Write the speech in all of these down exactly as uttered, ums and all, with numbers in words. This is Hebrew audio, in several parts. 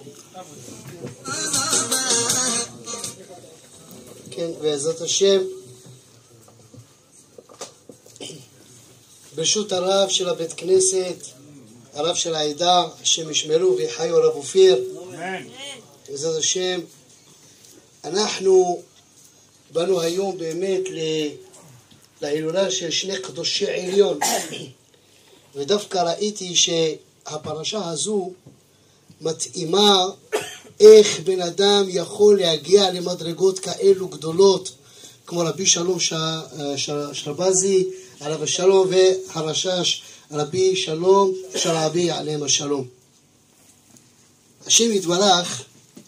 כן, בעזרת השם, ברשות הרב של הבית כנסת, הרב של העדה, השם ישמרו ויחיו הרב אופיר, בעזרת השם, אנחנו באנו היום באמת להילולה של שני קדושי עליון, ודווקא ראיתי שהפרשה הזו מתאימה איך בן אדם יכול להגיע למדרגות כאלו גדולות, כמו רבי שלום שבזי עליו השלום והרשש רבי שלום שרעבי עליהם השלום. השם יתברך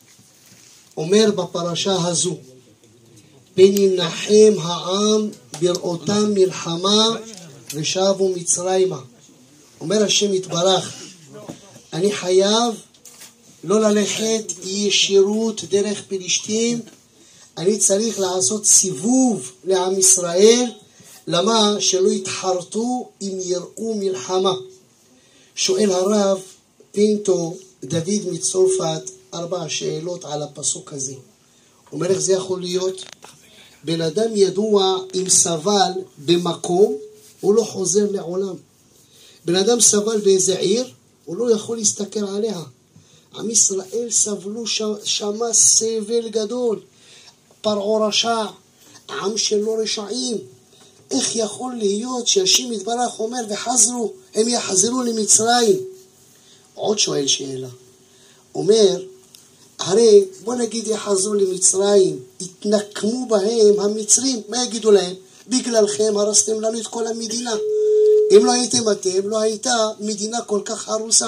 אומר בפרשה הזו, פן ינחם העם בראותם מלחמה ושבו מצרימה. אומר השם יתברך, אני חייב לא ללכת ישירות דרך פלישתים, אני צריך לעשות סיבוב לעם ישראל, למה שלא יתחרטו אם יראו מלחמה. שואל הרב פינטו דוד מצרפת ארבע שאלות על הפסוק הזה. אומר איך זה יכול להיות? בן אדם ידוע אם סבל במקום, הוא לא חוזר לעולם. בן אדם סבל באיזה עיר, הוא לא יכול להסתכל עליה. עם ישראל סבלו שמה סבל גדול, פרעה רשע, עם שלא רשעים. איך יכול להיות שהשם יתברך אומר וחזרו, הם יחזרו למצרים? עוד שואל שאלה, אומר, הרי בוא נגיד יחזרו למצרים, התנקמו בהם המצרים, מה יגידו להם? בגללכם הרסתם לנו את כל המדינה. אם לא הייתם אתם, לא הייתה מדינה כל כך הרוסה.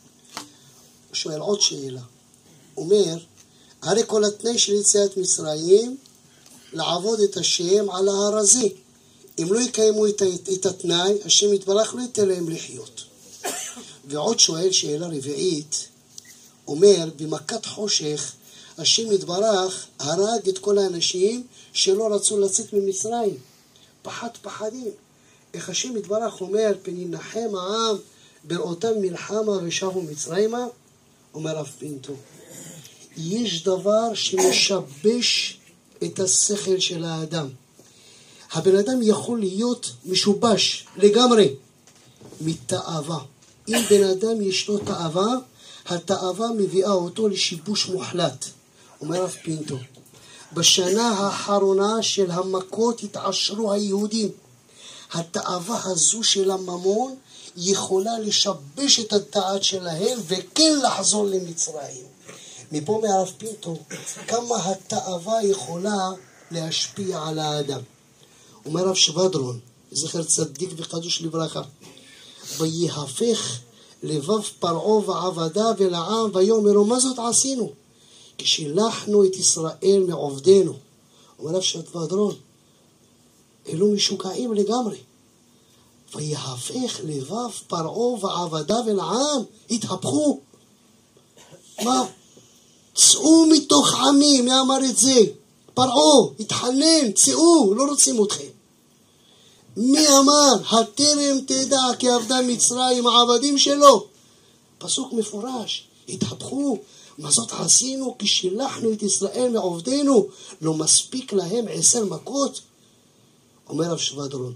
שואל עוד שאלה, אומר, הרי כל התנאי של יציאת מצרים, לעבוד את השם על ההר הזה. אם לא יקיימו את, את התנאי, השם יתברך לא ייתן להם לחיות. ועוד שואל שאלה רביעית, אומר, במכת חושך, השם יתברך הרג את כל האנשים שלא רצו לצאת ממצרים. פחד פחדים. איך השם יתברך אומר, פן ינחם העם בראותם מלחמה ושבו מצרימה? אומר רב פינטו, יש דבר שמשבש את השכל של האדם. הבן אדם יכול להיות משובש לגמרי מתאווה. אם בן אדם יש לו תאווה, התאווה מביאה אותו לשיבוש מוחלט. אומר רב פינטו, בשנה האחרונה של המכות התעשרו היהודים. התאווה הזו של הממון יכולה לשבש את הדעת שלהם וכן לחזור למצרים. מפה מהרב פינטו, כמה התאווה יכולה להשפיע על האדם. אומר רב שבדרון, זכר צדיק וקדוש לברכה, ויהפך לבב פרעה ועבדיו ולעם ויאמרו, מה זאת עשינו? כשילחנו את ישראל מעובדנו. אומר רב שבדרון, אלו משוגעים לגמרי. ויהפך לבב פרעה ועבדיו ולעם, התהפכו. מה? צאו מתוך עמי, מי אמר את זה? פרעה, התחנן, צאו, לא רוצים אתכם. מי אמר? הטרם תדע כי עבדה מצרים העבדים שלו. פסוק מפורש, התהפכו. מה זאת עשינו? כשילחנו את ישראל מעובדנו, לא מספיק להם עשר מכות? אומר רב שבדרון,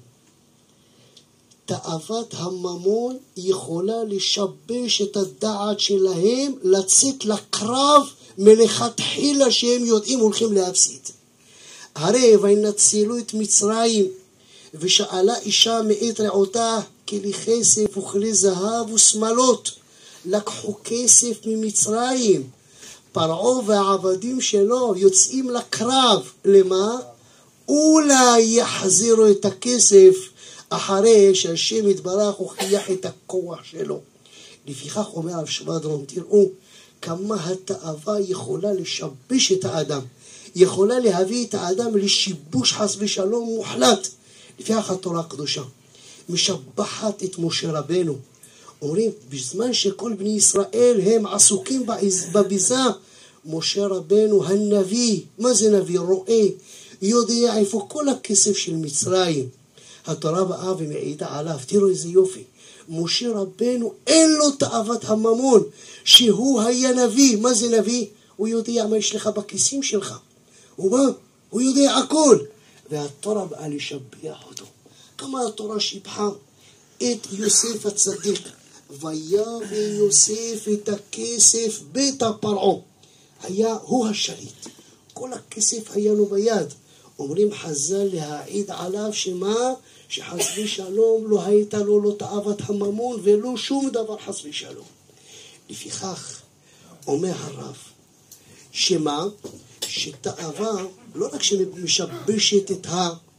תאוות הממון יכולה לשבש את הדעת שלהם לצאת לקרב מלכתחילה שהם יודעים הולכים להפסיד. הרי וינצלו את מצרים, ושאלה אישה מאת רעותה כלי כסף וכלי זהב ושמלות. לקחו כסף ממצרים, פרעה והעבדים שלו יוצאים לקרב. למה? אולי יחזירו את הכסף אחרי שהשם יתברך הוכיח את הכוח שלו. לפיכך אומר רב שבדרון, תראו כמה התאווה יכולה לשבש את האדם, יכולה להביא את האדם לשיבוש חס ושלום מוחלט. לפיכך התורה הקדושה משבחת את משה רבנו, אומרים בזמן שכל בני ישראל הם עסוקים בביזה, משה רבנו הנביא, מה זה נביא? רואה, יודע איפה כל הכסף של מצרים. התורה באה ומעידה עליו, תראו איזה יופי. משה רבנו אין לו תאוות הממון, שהוא היה נביא. מה זה נביא? הוא יודע מה יש לך בכיסים שלך, הוא בא, הוא יודע הכל, והתורה באה לשבח אותו. כמה התורה שיבחה את יוסף הצדיק, ויבא יוסף את הכסף בית הפרעה, היה הוא השליט, כל הכסף היה לו ביד. אומרים חז"ל להעיד עליו שמה? שחס ושלום לא הייתה לו לא תאוות הממון ולא שום דבר חס ושלום. לפיכך אומר הרב שמה? שתאווה לא רק שמשבשת את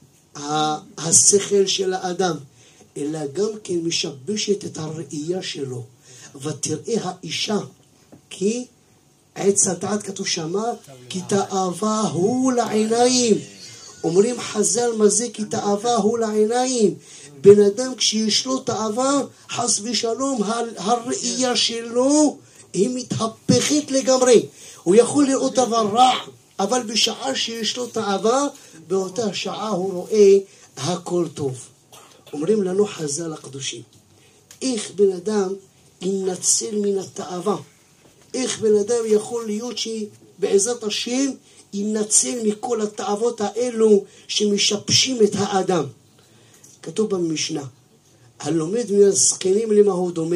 השכל של האדם, אלא גם כן משבשת את הראייה שלו. ותראה האישה כי עץ הדעת, כתוב שמה, כי תאווה הוא לעיניים. אומרים חז"ל מה זה כי תאווה הוא לעיניים? בן אדם כשיש לו תאווה, חס ושלום הראייה שלו היא מתהפכת לגמרי. הוא יכול לראות דבר רע, אבל בשעה שיש לו תאווה, באותה שעה הוא רואה הכל טוב. אומרים לנו חז"ל הקדושים, איך בן אדם ינצל מן התאווה, איך בן אדם יכול להיות שבעזרת השם ינצל מכל התאוות האלו שמשבשים את האדם. כתוב במשנה, הלומד מן הזקנים למה הוא דומה?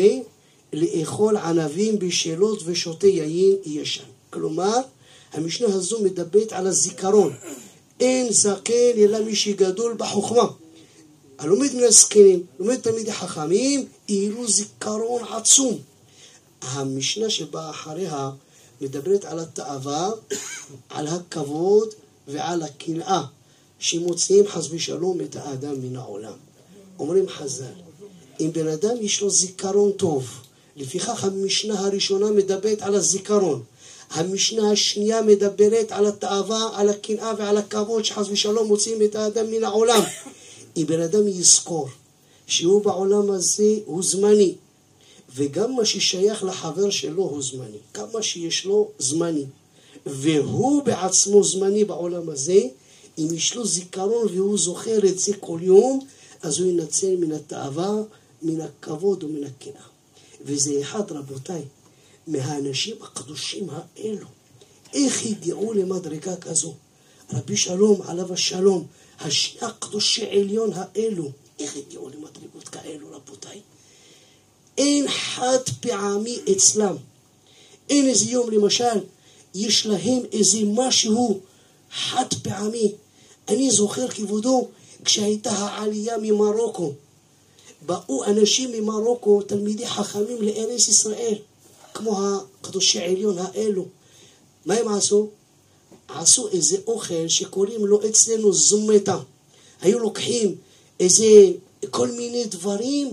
לאכול ענבים בשלות ושותה יין ישן. כלומר, המשנה הזו מדברת על הזיכרון. אין זקן אלא מי שגדול בחוכמה. הלומד מן הזקנים, לומד תלמידי חכמים, יהיה לו זיכרון עצום. המשנה שבאה אחריה מדברת על התאווה, על הכבוד ועל הקנאה, שמוציאים חס ושלום את האדם מן העולם. אומרים חז"ל, אם בן אדם יש לו זיכרון טוב, לפיכך המשנה הראשונה מדברת על הזיכרון, המשנה השנייה מדברת על התאווה, על הקנאה ועל הכבוד שחס ושלום מוציאים את האדם מן העולם. אם בן אדם יזכור שהוא בעולם הזה הוא זמני, וגם מה ששייך לחבר שלו הוא זמני, כמה שיש לו זמני, והוא בעצמו זמני בעולם הזה, אם יש לו זיכרון והוא זוכר את זה כל יום, אז הוא ינצל מן התאווה, מן הכבוד ומן הקנאה. וזה אחד, רבותיי, מהאנשים הקדושים האלו. איך הגיעו למדרגה כזו? רבי שלום עליו השלום, השני הקדושי עליון האלו, איך הגיעו למדרגות כאלו, רבותיי? אין חד פעמי אצלם. אין איזה יום למשל, יש להם איזה משהו חד פעמי. אני זוכר כבודו, כשהייתה העלייה ממרוקו, באו אנשים ממרוקו, תלמידי חכמים לארץ ישראל, כמו הקדושי עליון האלו. מה הם עשו? עשו איזה אוכל שקוראים לו אצלנו זומטה. היו לוקחים איזה כל מיני דברים,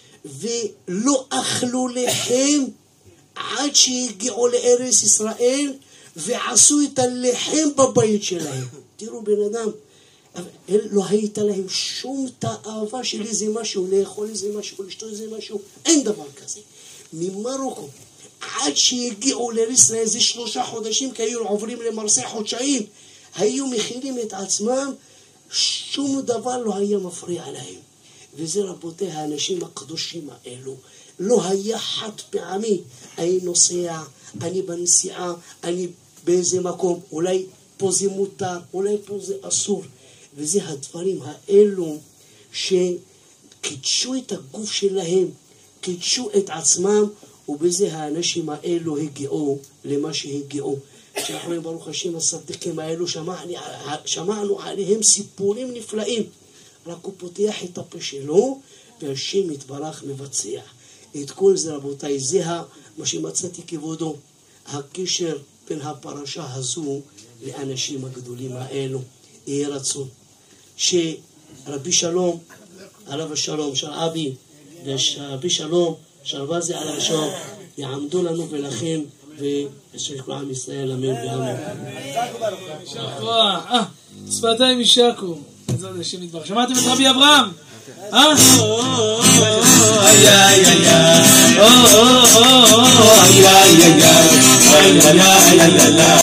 ולא אכלו לחם עד שהגיעו לארץ ישראל, ועשו את הלחם בבית שלהם. תראו בן אדם, לא הייתה להם שום תאווה של איזה משהו, לאכול איזה משהו, לשתות איזה משהו, אין דבר כזה. ממרוקו עד שהגיעו לארץ ישראל, זה שלושה חודשים, כי היו עוברים למרסה חודשיים, היו מכינים את עצמם, שום דבר לא היה מפריע להם. וזה רבותי האנשים הקדושים האלו, לא היה חד פעמי, אני נוסע, אני בנסיעה, אני באיזה מקום, אולי פה זה מותר, אולי פה זה אסור. וזה הדברים האלו שקידשו את הגוף שלהם, קידשו את עצמם, ובזה האנשים האלו הגיעו למה שהגיעו. כשאנחנו רואים ברוך השם הצדיקים האלו, שמענו, שמענו עליהם סיפורים נפלאים. רק הוא פותח את הפה שלו, והשם יתברך מבצע. את כל זה רבותיי, זה מה שמצאתי כבודו, הקשר בין הפרשה הזו לאנשים הגדולים האלו. יהיה רצון שרבי שלום עליו השלום, של אבי ורבי שלום של וזה עליו השלום יעמדו לנו ולכם ושל כל עם ישראל, אמן ואמן. אה, שפתיים יישקו. בעזרת השם יתברך. שמעתם את רבי אברהם? אה? איי איי איי איי איי איי איי איי איי איי איי